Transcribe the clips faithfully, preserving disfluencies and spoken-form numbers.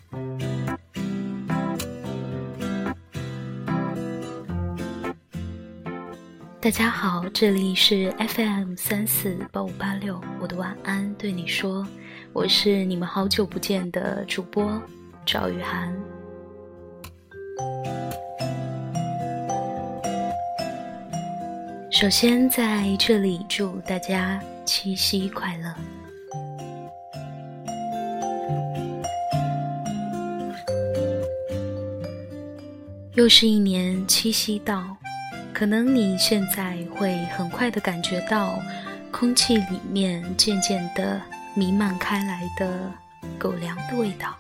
大家好，这里是 F M 三四八五八六，我的晚安对你说，我是你们好久不见的主播赵雨涵。首先在这里祝大家七夕快乐。又是一年七夕到，可能你现在会很快地感觉到空气里面渐渐地弥漫开来的狗粮的味道。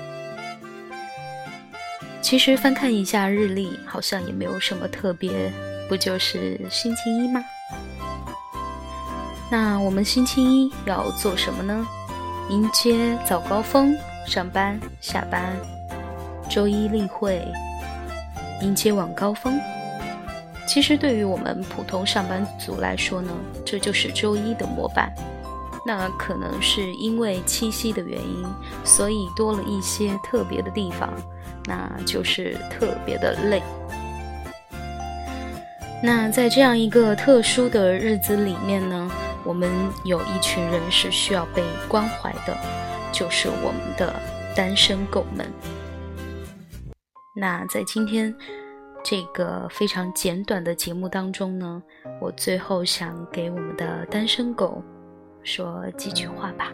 其实翻看一下日历，好像也没有什么特别，不就是星期一吗？那我们星期一要做什么呢？迎接早高峰，上班下班，周一例会，迎接晚高峰。其实对于我们普通上班族来说呢，这就是周一的模板。那可能是因为七夕的原因，所以多了一些特别的地方，那就是特别的累。那在这样一个特殊的日子里面呢，我们有一群人是需要被关怀的，就是我们的单身狗们。那在今天这个非常简短的节目当中呢，我最后想给我们的单身狗说几句话吧。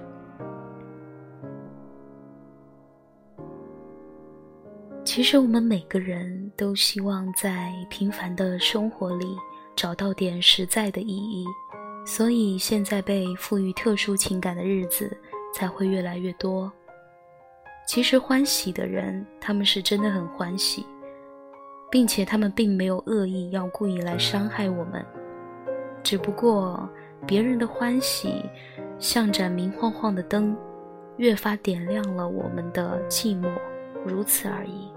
其实我们每个人都希望在平凡的生活里找到点实在的意义，所以现在被赋予特殊情感的日子才会越来越多。其实欢喜的人，他们是真的很欢喜，并且他们并没有恶意要故意来伤害我们，只不过别人的欢喜像盏明晃晃的灯，越发点亮了我们的寂寞，如此而已。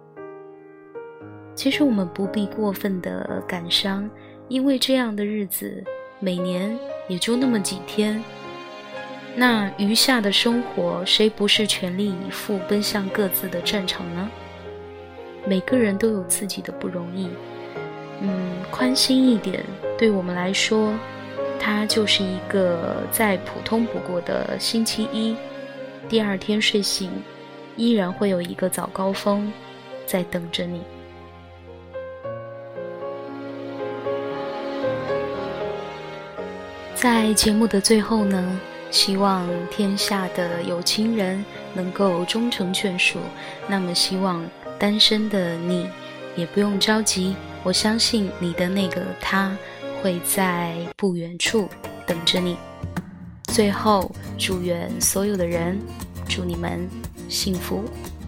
其实我们不必过分的感伤，因为这样的日子每年也就那么几天，那余下的生活谁不是全力以赴奔向各自的战场呢？每个人都有自己的不容易，嗯，宽心一点，对我们来说它就是一个再普通不过的星期一，第二天睡醒依然会有一个早高峰在等着你。在节目的最后呢，希望天下的有情人能够终成眷属，那么希望单身的你也不用着急，我相信你的那个他会在不远处等着你。最后祝愿所有的人，祝你们幸福